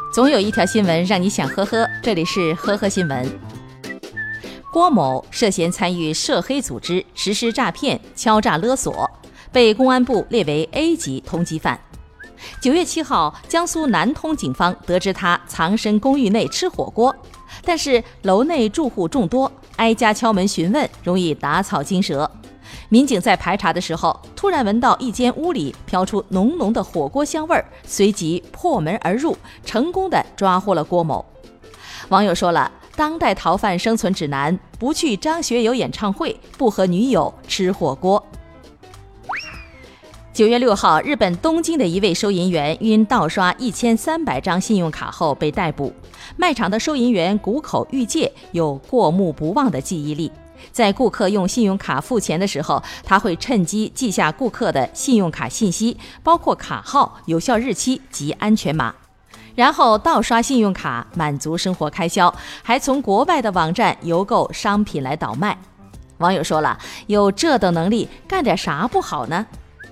总有一条新闻让你想呵呵，这里是呵呵新闻。郭某涉嫌参与涉黑组织实施诈骗、敲诈勒索，被公安部列为 A 级通缉犯。9月7号，江苏南通警方得知他藏身公寓内吃火锅，但是楼内住户众多，挨家敲门询问容易打草惊蛇。民警在排查的时候，突然闻到一间屋里飘出浓浓的火锅香味儿，随即破门而入，成功地抓获了郭某。网友说了，当代逃犯生存指南：不去张学友演唱会，不和女友吃火锅。9月6号，日本东京的一位收银员因盗刷1300张信用卡后被逮捕。卖场的收银员谷口裕介有过目不忘的记忆力，在顾客用信用卡付钱的时候，他会趁机记下顾客的信用卡信息，包括卡号、有效日期及安全码，然后盗刷信用卡满足生活开销，还从国外的网站邮购商品来倒卖。网友说了，有这等能力，干点啥不好呢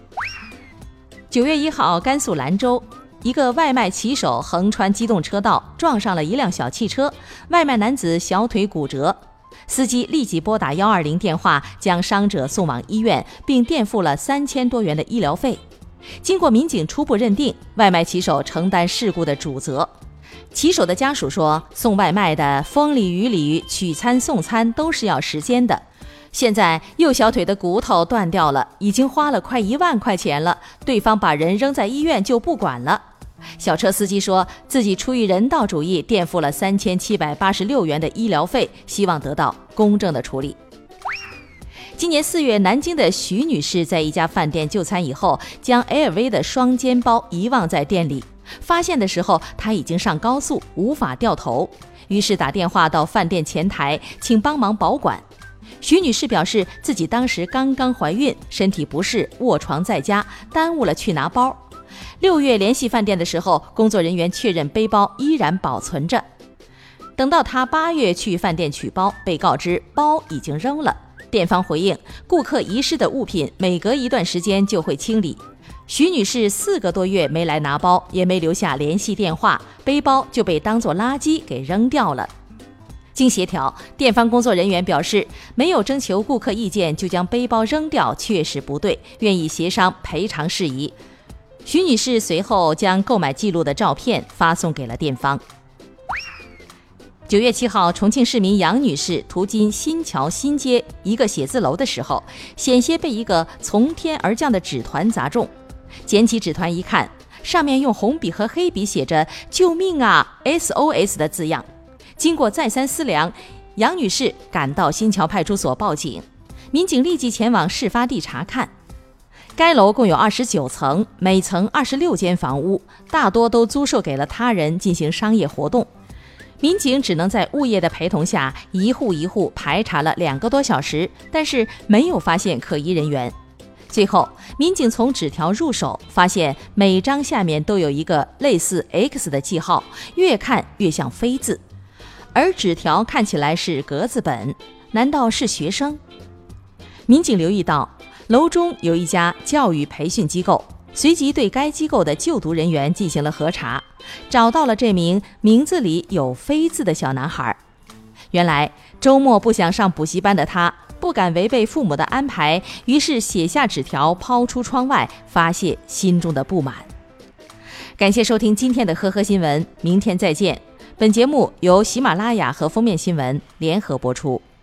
？9月1号，甘肃兰州一个外卖骑手横穿机动车道，撞上了一辆小汽车，外卖男子小腿骨折，司机立即拨打120电话，将伤者送往医院，并垫付了3000多元的医疗费。经过民警初步认定，外卖骑手承担事故的主责。骑手的家属说，送外卖的风里雨里取餐送餐都是要时间的，现在右小腿的骨头断掉了，已经花了快1万块钱了，对方把人扔在医院就不管了。小车司机说，自己出于人道主义垫付了3786元的医疗费，希望得到公正的处理。今年4月，南京的徐女士在一家饭店就餐以后，将 LV 的双肩包遗忘在店里，发现的时候她已经上高速，无法掉头，于是打电话到饭店前台请帮忙保管。徐女士表示，自己当时刚刚怀孕，身体不适，卧床在家，耽误了去拿包。6月联系饭店的时候，工作人员确认背包依然保存着。等到她8月去饭店取包，被告知包已经扔了。店方回应，顾客遗失的物品每隔一段时间就会清理。徐女士4个多月没来拿包，也没留下联系电话，背包就被当作垃圾给扔掉了。经协调，店方工作人员表示，没有征求顾客意见就将背包扔掉确实不对，愿意协商赔偿事宜。徐女士随后将购买记录的照片发送给了店方。9月7号，重庆市民杨女士途经新桥新街一个写字楼的时候，险些被一个从天而降的纸团砸中。捡起纸团一看，上面用红笔和黑笔写着“救命啊 SOS” 的字样。经过再三思量，杨女士赶到新桥派出所报警，民警立即前往事发地查看。该楼共有29层，每层26间房屋，大多都租售给了他人进行商业活动。民警只能在物业的陪同下，一户一户排查了2个多小时，但是没有发现可疑人员。最后，民警从纸条入手，发现每张下面都有一个类似 X 的记号，越看越像飞字，而纸条看起来是格子本，难道是学生？民警留意到楼中有一家教育培训机构，随即对该机构的就读人员进行了核查，找到了这名名字里有飞字的小男孩。原来周末不想上补习班的他不敢违背父母的安排，于是写下纸条抛出窗外，发泄心中的不满。感谢收听今天的呵呵新闻，明天再见。本节目由喜马拉雅和封面新闻联合播出。